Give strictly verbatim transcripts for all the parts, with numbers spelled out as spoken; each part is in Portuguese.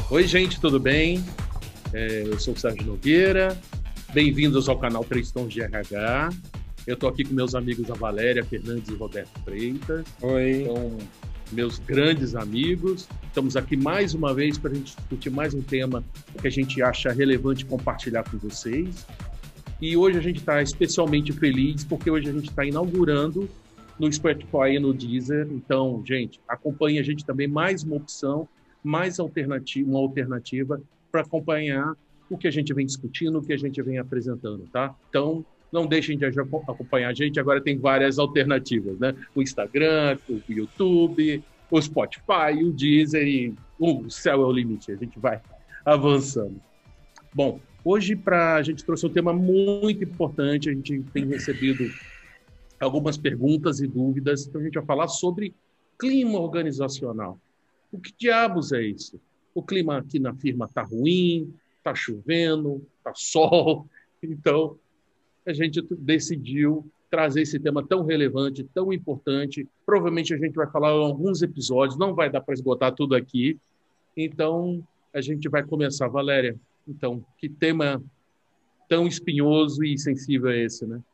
Oi, gente, tudo bem? É, eu sou o Sérgio Nogueira. Bem-vindos ao canal Três Tons de R H. Eu estou aqui com meus amigos a Valéria Fernandes e Roberto Freitas. Oi. São meus grandes amigos. Estamos aqui mais uma vez para a gente discutir mais um tema que a gente acha relevante compartilhar com vocês. E hoje a gente está especialmente feliz porque hoje a gente está inaugurando no Spotify e no Deezer. Então, gente, acompanhe a gente também, mais uma opção, mais alternativa, uma alternativa para acompanhar o que a gente vem discutindo, o que a gente vem apresentando, tá? Então, não deixem de acompanhar a gente, agora tem várias alternativas, né? O Instagram, o YouTube, o Spotify, o Deezer e o céu é o limite, a gente vai avançando. Bom, hoje pra, a gente trouxe um tema muito importante, a gente tem recebido algumas perguntas e dúvidas, então a gente vai falar sobre clima organizacional. O que diabos é isso? O clima aqui na firma está ruim, está chovendo, está sol. Então, a gente decidiu trazer esse tema tão relevante, tão importante. Provavelmente a gente vai falar em alguns episódios, não vai dar para esgotar tudo aqui. Então, a gente vai começar. Valéria, então, que tema tão espinhoso e sensível é esse, né?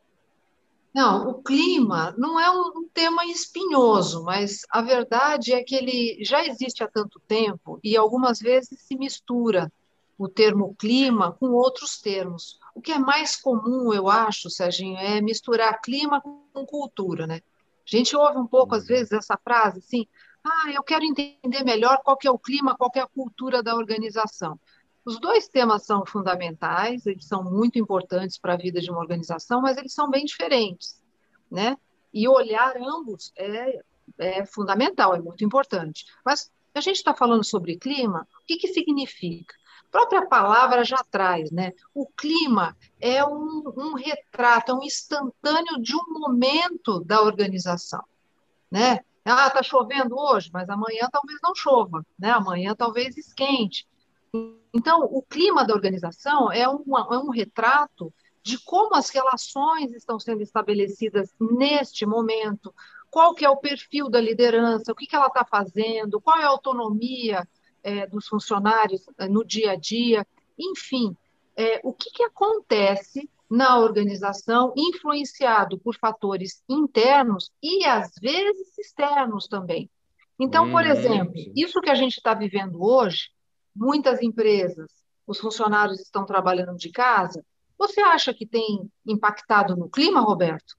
Não, o clima não é um, um tema espinhoso, mas a verdade é que ele já existe há tanto tempo e algumas vezes se mistura o termo clima com outros termos. O que é mais comum, eu acho, Serginho, é misturar clima com cultura, né? A gente ouve um pouco, às vezes, essa frase assim, ah, eu quero entender melhor qual que é o clima, qual que é a cultura da organização. Os dois temas são fundamentais, eles são muito importantes para a vida de uma organização, mas eles são bem diferentes, né? E olhar ambos é, é fundamental, é muito importante. Mas a gente está falando sobre clima, o que que significa? A própria palavra já traz, né? O clima é um, um retrato, é um instantâneo de um momento da organização, né? Ah, está chovendo hoje, mas amanhã talvez não chova, né? Amanhã talvez esquente. Então, o clima da organização é, uma, é um retrato de como as relações estão sendo estabelecidas neste momento, qual que é o perfil da liderança, o que, que ela está fazendo, qual é a autonomia é, dos funcionários é, no dia a dia, enfim, é, o que, que acontece na organização, influenciado por fatores internos e, às vezes, externos também. Então, por Uhum. exemplo, isso que a gente está vivendo hoje, muitas empresas, os funcionários estão trabalhando de casa. Você acha que tem impactado no clima, Roberto?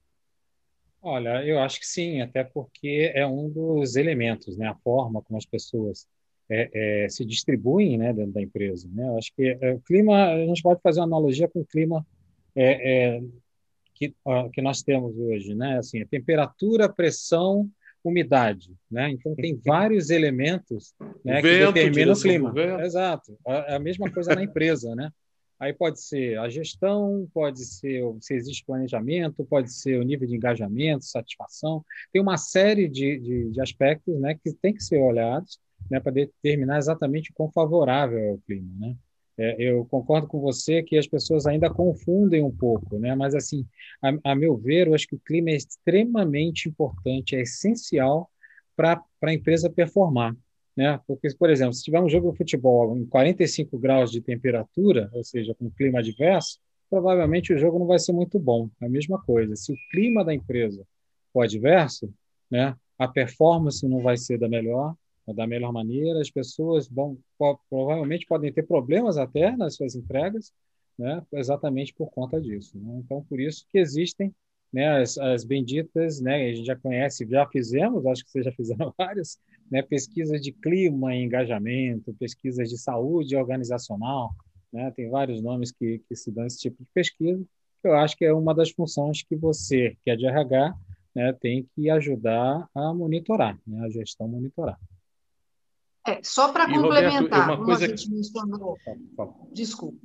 Olha, eu acho que sim, até porque é um dos elementos, né? A forma como as pessoas é, é, se distribuem, né, dentro da empresa, né? Eu acho que é, o clima, a gente pode fazer uma analogia com o clima é, é, que, ó, que nós temos hoje, né? Assim, a temperatura, pressão, umidade, né? Então tem vários elementos, O né, que vento, determinam o direção do clima. vento. Exato. É a mesma coisa na empresa, né? Aí pode ser a gestão, pode ser se existe planejamento, pode ser o nível de engajamento, satisfação. Tem uma série de, de, de aspectos, né, que tem que ser olhados, né, para determinar exatamente o quão favorável é o clima, né? É, eu concordo com você que as pessoas ainda confundem um pouco, né? Mas assim, a, a meu ver, eu acho que o clima é extremamente importante, é essencial para a empresa performar, né? Porque, por exemplo, se tiver um jogo de futebol em quarenta e cinco graus de temperatura, ou seja, com clima adverso, provavelmente o jogo não vai ser muito bom. É a mesma coisa. Se o clima da empresa for adverso, né, a performance não vai ser da melhor, da melhor maneira, as pessoas vão provavelmente podem ter problemas até nas suas entregas, né, exatamente por conta disso, né? Então, por isso que existem, né, as, as benditas, né, a gente já conhece, já fizemos, acho que vocês já fizeram várias, né, pesquisas de clima e engajamento, pesquisas de saúde organizacional, né, tem vários nomes que, que se dão esse tipo de pesquisa, que eu acho que é uma das funções que você, que é de R H, né, tem que ajudar a monitorar, né, a gestão monitorar. É, só para E, Roberto, é complementar, uma como a coisa que... gente mencionou, Fala, fala. desculpa,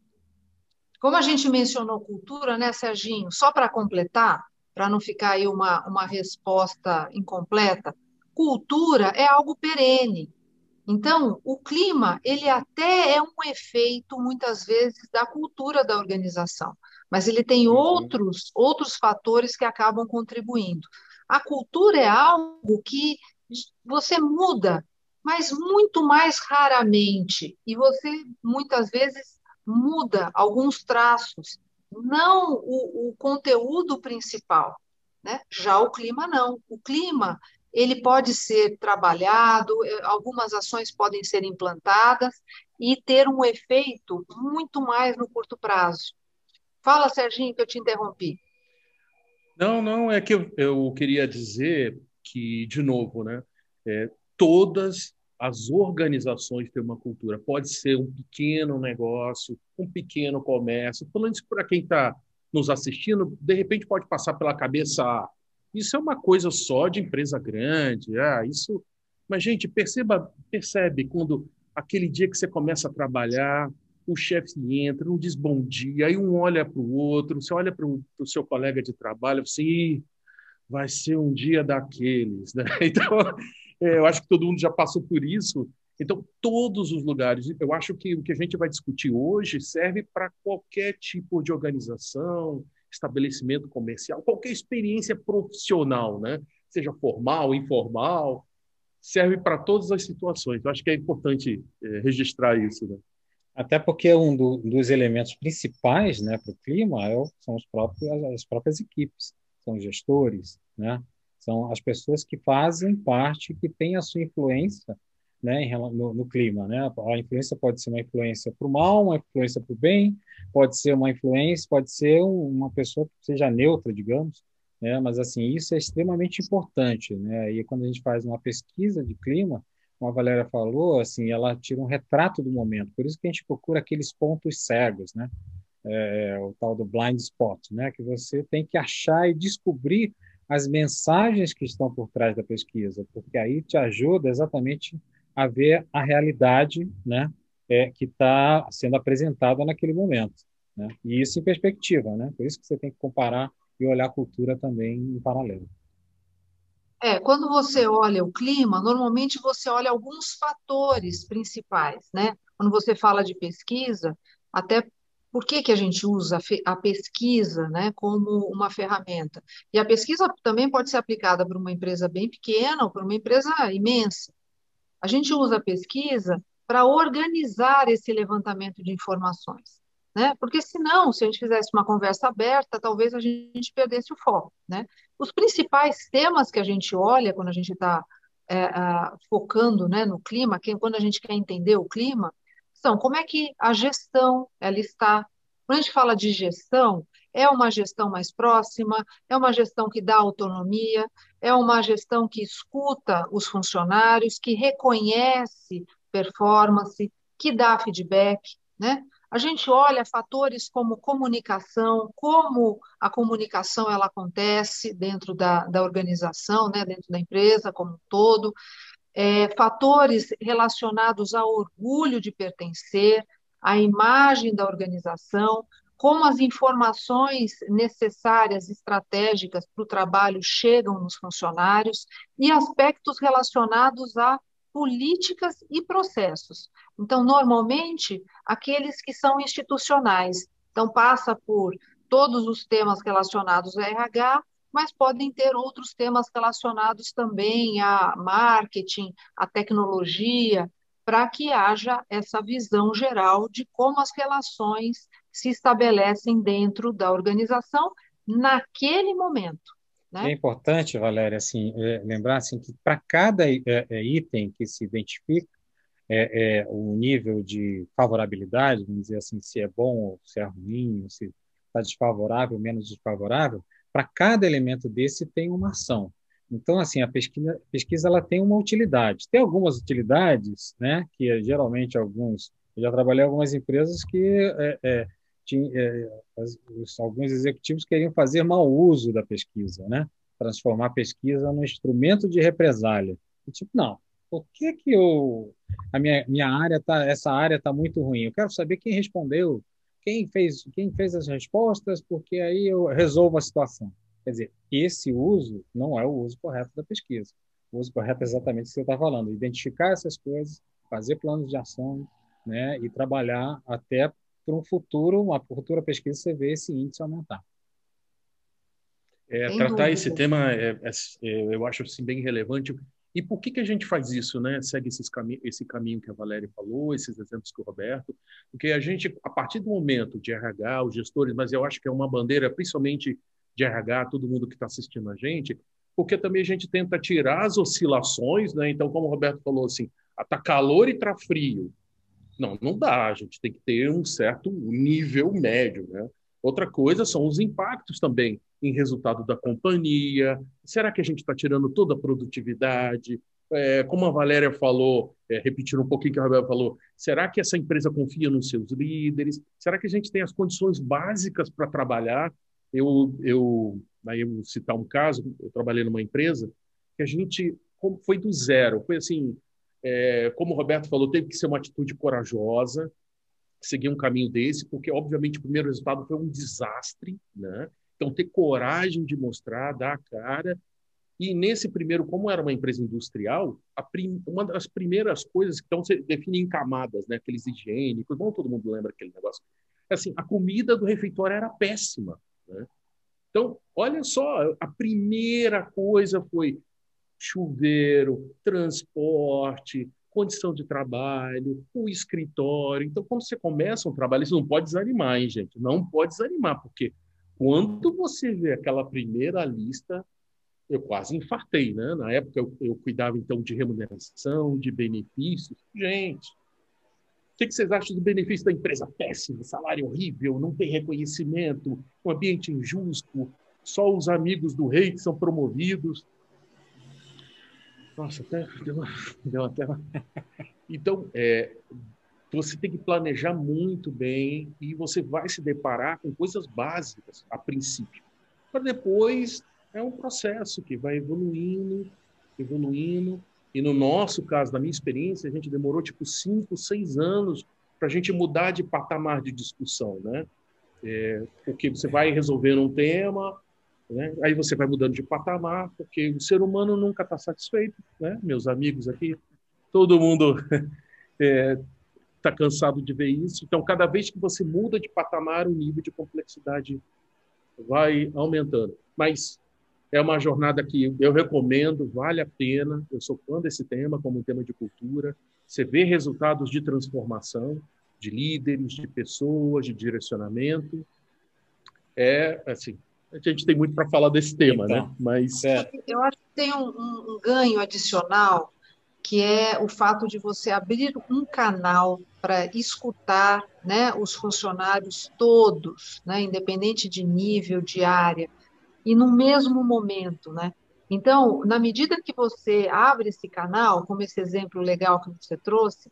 como a gente mencionou cultura, né, Serginho? Só para completar, para não ficar aí uma, uma resposta incompleta, cultura é algo perene. Então, o clima, ele até é um efeito, muitas vezes, da cultura da organização, mas ele tem Uhum. outros, outros fatores que acabam contribuindo. A cultura é algo que você muda, mas muito mais raramente. E você, muitas vezes, muda alguns traços, não o, o conteúdo principal, né? Já o clima, não. O clima, ele pode ser trabalhado, eh, algumas ações podem ser implantadas e ter um efeito muito mais no curto prazo. Fala, Serginho, que eu te interrompi. Não, não, é que eu, eu queria dizer que, de novo, né, é, todas as organizações têm uma cultura. Pode ser um pequeno negócio, um pequeno comércio. Falando isso para quem está nos assistindo, de repente pode passar pela cabeça, ah, isso é uma coisa só de empresa grande. Ah, isso. Mas, gente, perceba, percebe quando aquele dia que você começa a trabalhar, o chefe entra, um diz bom dia, aí um olha para o outro, você olha para o seu colega de trabalho, assim, "Ih, vai ser um dia daqueles, né?" Então, é, eu acho que todo mundo já passou por isso. Então, todos os lugares, eu acho que o que a gente vai discutir hoje serve para qualquer tipo de organização, estabelecimento comercial, qualquer experiência profissional, né? Seja formal, informal, serve para todas as situações. Eu acho que é importante é, registrar isso, né? Até porque um do, dos elementos principais, né, para o clima é o, são os próprios, as próprias equipes, são os gestores, né? São as pessoas que fazem parte, que têm a sua influência, né, em, rela- no, no clima, né? A influência pode ser uma influência para o mal, uma influência para o bem, pode ser uma influência, pode ser um- uma pessoa que seja neutra, digamos, né? Mas assim, isso é extremamente importante, né? E quando a gente faz uma pesquisa de clima, como a Valéria falou, assim, ela tira um retrato do momento. Por isso que a gente procura aqueles pontos cegos, né? É, o tal do blind spot, né? Que você tem que achar e descobrir as mensagens que estão por trás da pesquisa, porque aí te ajuda exatamente a ver a realidade, né? É, que está sendo apresentada naquele momento, né? E isso em perspectiva, né? Por isso que você tem que comparar e olhar a cultura também em paralelo. É, quando você olha o clima, normalmente você olha alguns fatores principais, né? Quando você fala de pesquisa, até por que que a gente usa a fe- a pesquisa, né, como uma ferramenta? E a pesquisa também pode ser aplicada para uma empresa bem pequena ou para uma empresa imensa. A gente usa a pesquisa para organizar esse levantamento de informações, né? Porque senão, se a gente fizesse uma conversa aberta, talvez a gente perdesse o foco, né? Os principais temas que a gente olha quando a gente está é, ah, focando, né, no clima, que, quando a gente quer entender o clima, são como é que a gestão ela está. Quando a gente fala de gestão, é uma gestão mais próxima, é uma gestão que dá autonomia, é uma gestão que escuta os funcionários, que reconhece performance, que dá feedback, né? A gente olha fatores como comunicação, como a comunicação ela acontece dentro da, da organização, né, dentro da empresa como um todo, é, fatores relacionados ao orgulho de pertencer, à imagem da organização, como as informações necessárias, estratégicas para o trabalho chegam nos funcionários e aspectos relacionados a políticas e processos. Então, normalmente, aqueles que são institucionais. Então, passa por todos os temas relacionados a R H, mas podem ter outros temas relacionados também a marketing, a tecnologia, para que haja essa visão geral de como as relações se estabelecem dentro da organização naquele momento, É né? importante, Valéria, assim, é, lembrar assim, que para cada é, é, item que se identifica, é, é, o nível de favorabilidade, vamos dizer assim, se é bom ou se é ruim, ou se está desfavorável, menos desfavorável, para cada elemento desse tem uma ação. Então, assim, a pesquisa, pesquisa ela tem uma utilidade. Tem algumas utilidades, né, que é, geralmente alguns... Eu já trabalhei em algumas empresas que é, é, tinha, é, as, os, alguns executivos queriam fazer mau uso da pesquisa, né? Transformar a pesquisa num instrumento de represália. E, tipo, não, por que que eu a minha, minha área tá, essa área está muito ruim. Eu quero saber quem respondeu, quem fez, quem fez as respostas, porque aí eu resolvo a situação. Quer dizer, esse uso não é o uso correto da pesquisa. O uso correto é exatamente o que você está falando, identificar essas coisas, fazer planos de ação, né, e trabalhar até para um futuro, uma futura pesquisa, você vê esse índice aumentar. É, Sem tratar esse dúvida. tema, é, é, é, eu acho assim, bem relevante. E por que que a gente faz isso, né? Segue esses cami esse caminho que a Valéria falou, esses exemplos que o Roberto, porque a gente, a partir do momento de R H, os gestores, mas eu acho que é uma bandeira, principalmente de R H, todo mundo que está assistindo a gente, porque também a gente tenta tirar as oscilações, né? Então, como o Roberto falou assim, está calor e está frio. Não, não dá, a gente tem que ter um certo nível médio, né? Outra coisa são os impactos também em resultado da companhia. Será que a gente está tirando toda a produtividade? É, como a Valéria falou, é, repetindo um pouquinho o que a Valéria falou, será que essa empresa confia nos seus líderes? Será que a gente tem as condições básicas para trabalhar? Eu, eu, aí eu vou citar um caso, eu trabalhei numa empresa que a gente foi do zero, foi assim, é, como o Roberto falou, teve que ser uma atitude corajosa, seguir um caminho desse, porque, obviamente, o primeiro resultado foi um desastre, né? Então, ter coragem de mostrar, dar a cara. E, nesse primeiro, como era uma empresa industrial, a prim... uma das primeiras coisas que então, se define em camadas, né? Aqueles higiênicos, bom, todo mundo lembra aquele negócio. Assim, a comida do refeitório era péssima, né? Então, olha só, a primeira coisa foi chuveiro, transporte, condição de trabalho, o escritório. Então, quando você começa um trabalho, você não pode desanimar, hein, gente? Não pode desanimar, porque quando você vê aquela primeira lista, eu quase infartei, né? Na época, eu, eu cuidava, então, de remuneração, de benefícios. Gente, o que, que vocês acham do benefício da empresa? Péssimo, salário horrível, não tem reconhecimento, um ambiente injusto, só os amigos do rei que são promovidos. Nossa, até deu, uma, deu até uma... Então, é, você tem que planejar muito bem e você vai se deparar com coisas básicas, a princípio. Para depois, é um processo que vai evoluindo, evoluindo. E no nosso caso, na minha experiência, a gente demorou tipo cinco, seis anos para a gente mudar de patamar de discussão, né? É, porque você vai resolvendo um tema, né? Aí você vai mudando de patamar, porque o ser humano nunca está satisfeito, né? Meus amigos aqui, todo mundo está é, cansado de ver isso. Então, cada vez que você muda de patamar, o nível de complexidade vai aumentando. Mas é uma jornada que eu recomendo, vale a pena. Eu sou fã desse tema, como um tema de cultura. Você vê resultados de transformação, de líderes, de pessoas, de direcionamento. É, assim, a gente tem muito para falar desse tema, então, né? Mas é. Eu acho que tem um, um ganho adicional, que é o fato de você abrir um canal para escutar, né, os funcionários todos, né, independente de nível, de área, e no mesmo momento, né? Então, na medida que você abre esse canal, como esse exemplo legal que você trouxe,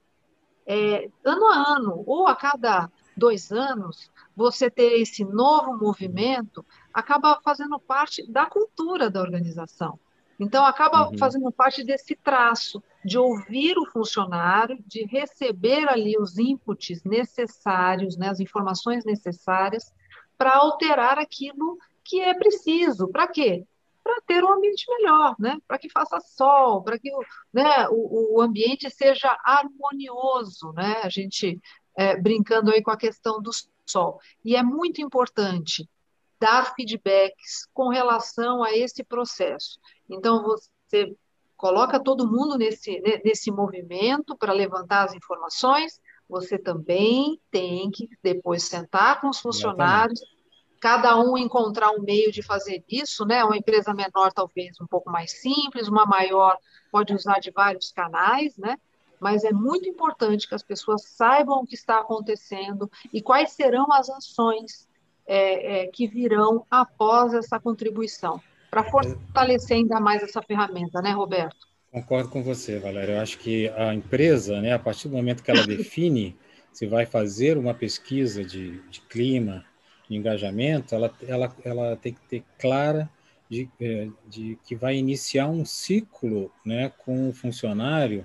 é, ano a ano, ou a cada dois anos, você ter esse novo movimento acaba fazendo parte da cultura da organização. Então, acaba uhum. fazendo parte desse traço de ouvir o funcionário, de receber ali os inputs necessários, né, as informações necessárias para alterar aquilo que é preciso. Para quê? Para ter um ambiente melhor, né? Para que faça sol, para que né, o, o ambiente seja harmonioso, né? A gente é, brincando aí com a questão do sol. E é muito importante dar feedbacks com relação a esse processo. Então, você coloca todo mundo nesse, nesse movimento para levantar as informações, você também tem que depois sentar com os funcionários, Exatamente. Cada um encontrar um meio de fazer isso, né? Uma empresa menor talvez um pouco mais simples, uma maior pode usar de vários canais, né? Mas é muito importante que as pessoas saibam o que está acontecendo e quais serão as ações é, é, que virão após essa contribuição, para fortalecer ainda mais essa ferramenta, né, Roberto? Concordo com você, Valéria. Eu acho que a empresa, né, a partir do momento que ela define se vai fazer uma pesquisa de, de clima, de engajamento, ela, ela, ela tem que ter clara de, de que vai iniciar um ciclo, né, com o funcionário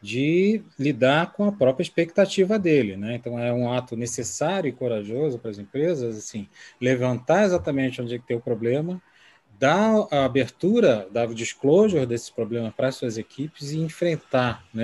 de lidar com a própria expectativa dele, né? Então é um ato necessário e corajoso para as empresas, assim, levantar exatamente onde é que tem o problema, dar a abertura, dar o disclosure desses problemas para as suas equipes e enfrentar, né?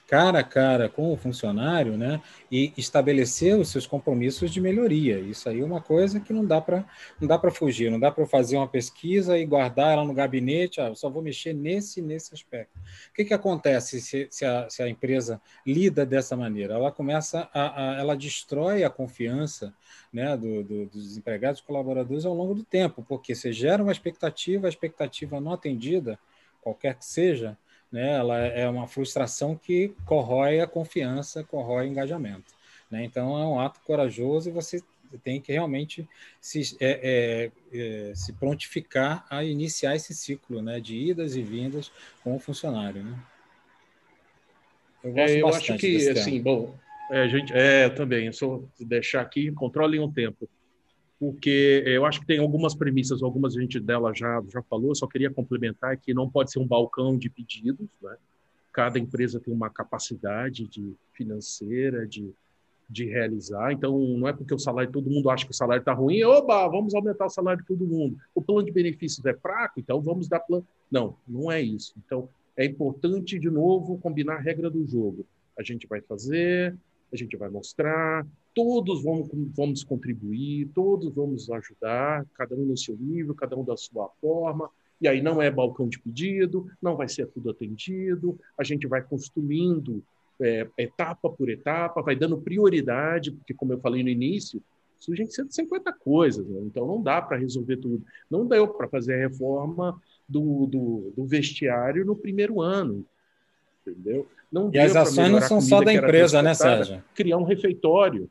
cara a cara com o funcionário, né, e estabelecer os seus compromissos de melhoria. Isso aí é uma coisa que não dá para não dá para fugir, não dá para fazer uma pesquisa e guardar ela no gabinete, ah, eu só vou mexer nesse nesse aspecto. O que que acontece se, se, a, se a empresa lida dessa maneira? Ela começa a, a ela destrói a confiança, né, do, do, dos empregados e colaboradores ao longo do tempo, porque você gera uma expectativa, a expectativa não atendida, qualquer que seja, né, ela é uma frustração que corrói a confiança, corrói o engajamento, né? Então, é um ato corajoso e você tem que realmente se, é, é, é, se prontificar a iniciar esse ciclo, né, de idas e vindas com o funcionário, né? Eu gosto É, eu acho bastante que, desse tema. assim, bom, é, gente, é, também, eu só deixar aqui, controlem o tempo, porque eu acho que tem algumas premissas, algumas a gente dela já, já falou, só queria complementar que não pode ser um balcão de pedidos, né? Cada empresa tem uma capacidade de financeira, de, de realizar, então não é porque o salário, todo mundo acha que o salário está ruim, oba, vamos aumentar o salário de todo mundo. O plano de benefícios é fraco, então vamos dar plano. Não, não é isso. Então, é importante, de novo, combinar a regra do jogo. A gente vai fazer, a gente vai mostrar, todos vamos, vamos contribuir, todos vamos ajudar, cada um no seu nível, cada um da sua forma, e aí não é balcão de pedido, não vai ser tudo atendido, a gente vai construindo é, etapa por etapa, vai dando prioridade, porque, como eu falei no início, surgem cento e cinquenta coisas, né? Então não dá para resolver tudo. Não deu para fazer a reforma do, do, do vestiário no primeiro ano, entendeu? Não E as deu para ações não melhorar a são só comida da que era empresa, né, transportada, Sérgio? criar um refeitório.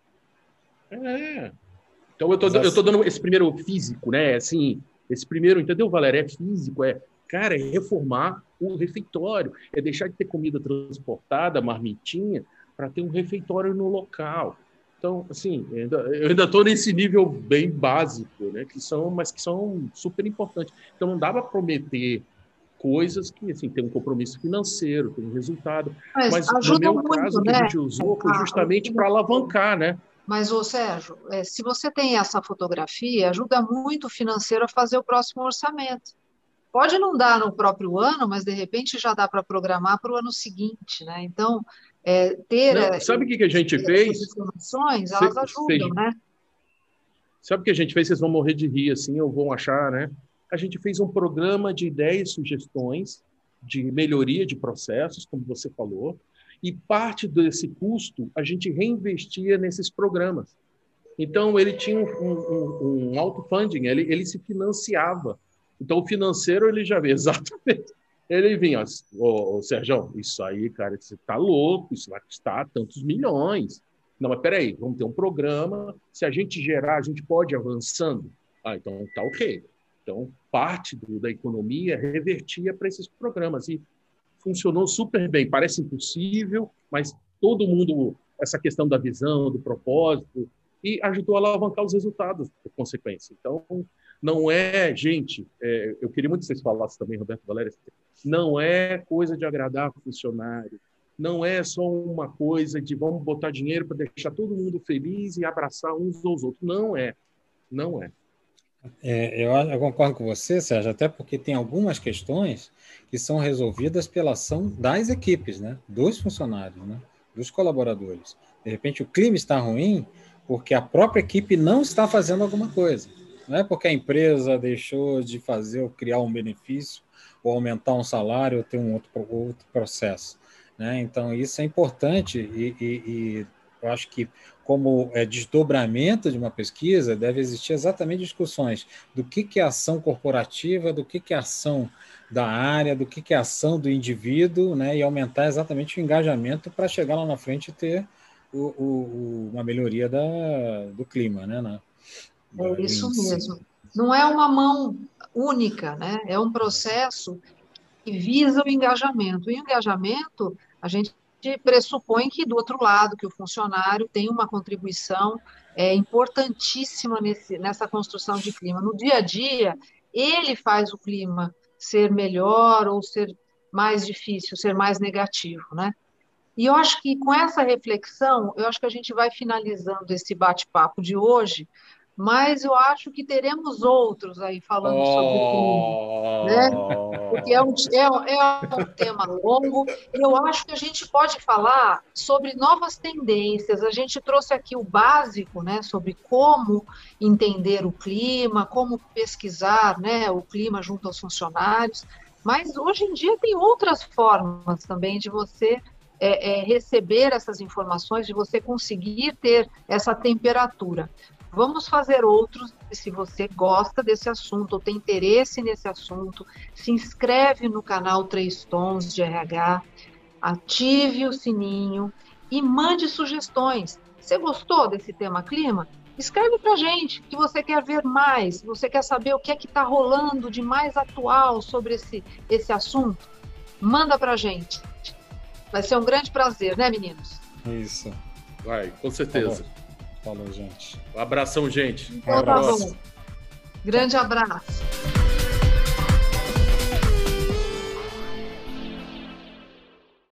É. Então eu tô, As eu tô ações... dando esse primeiro físico, né? Assim, esse primeiro, entendeu, Valéria? É físico, é, cara, é reformar o refeitório, é deixar de ter comida transportada, marmitinha, para ter um refeitório no local. Então, assim, eu ainda estou nesse nível bem básico, né? Que são, mas que são super importantes. Então, não dá para prometer coisas que, assim, tem um compromisso financeiro, tem um resultado. Mas Mas no ajuda meu muito, caso, o que a né? gente usou foi a- justamente para alavancar, né? Mas, ô Sérgio, é, se você tem essa fotografia, ajuda muito o financeiro a fazer o próximo orçamento. Pode não dar no próprio ano, mas de repente já dá para programar para o ano seguinte, né? Então, é, ter Não, é, sabe o que que a gente essas fez? informações, elas Cê, ajudam, cê, né? sabe o que a gente fez? Vocês vão morrer de rir, assim, ou vão achar, né? A gente fez um programa de ideias e sugestões de melhoria de processos, como você falou, e parte desse custo a gente reinvestia nesses programas. Então, ele tinha um, um, um auto-funding, ele, ele se financiava. Então, o financeiro, ele já vê exatamente. Ele vinha, ô, ô Sérgio, isso aí, cara, você tá louco, isso vai custar tantos milhões. Não, mas peraí, vamos ter um programa, se a gente gerar, a gente pode ir avançando. Ah, então tá ok. Então, parte do, da economia revertia para esses programas. E funcionou super bem. Parece impossível, mas todo mundo, essa questão da visão, do propósito, e ajudou a alavancar os resultados, por consequência. Então, não é, gente, é, eu queria muito que vocês falassem também, Roberto, Valéria, não é coisa de agradar funcionário, não é só uma coisa de vamos botar dinheiro para deixar todo mundo feliz e abraçar uns aos outros. Não é, não é. É, eu, eu concordo com você, Sérgio, até porque tem algumas questões que são resolvidas pela ação das equipes, né? Dos funcionários, né? Dos colaboradores. De repente, o clima está ruim porque a própria equipe não está fazendo alguma coisa. Não é porque a empresa deixou de fazer ou criar um benefício ou aumentar um salário ou ter um outro, outro processo, né? Então, isso é importante e, e, e eu acho que, como é, desdobramento de uma pesquisa, deve existir exatamente discussões do que, que é ação corporativa, do que, que é ação da área, do que, que é ação do indivíduo, né, e aumentar exatamente o engajamento para chegar lá na frente e ter o, o, uma melhoria da, do clima, né, na, da, É do isso índice. mesmo. Não é uma mão única, né? É um processo que visa o engajamento. E o engajamento, a gente pressupõe que do outro lado, que o funcionário tem uma contribuição é, importantíssima nesse, nessa construção de clima. No dia a dia, ele faz o clima ser melhor ou ser mais difícil, ser mais negativo, né? E eu acho que com essa reflexão, eu acho que a gente vai finalizando esse bate-papo de hoje, mas eu acho que teremos outros aí falando oh. sobre o clima, né? Porque é um, é, é um tema longo, e eu acho que a gente pode falar sobre novas tendências. A gente trouxe aqui o básico, né, sobre como entender o clima, como pesquisar, né, o clima junto aos funcionários, mas hoje em dia tem outras formas também de você é, é, receber essas informações, de você conseguir ter essa temperatura. Vamos fazer outros, se você gosta desse assunto ou tem interesse nesse assunto, se inscreve no canal Três Tons de R H, ative o sininho e mande sugestões. Você gostou desse tema clima? Escreve para a gente que você quer ver mais, você quer saber o que é que está rolando de mais atual sobre esse, esse assunto? Manda para a gente. Vai ser um grande prazer, né, meninos? Isso. Vai, com certeza. Falou, Falou gente. Um abração, gente. Então, tá bom. Grande abraço.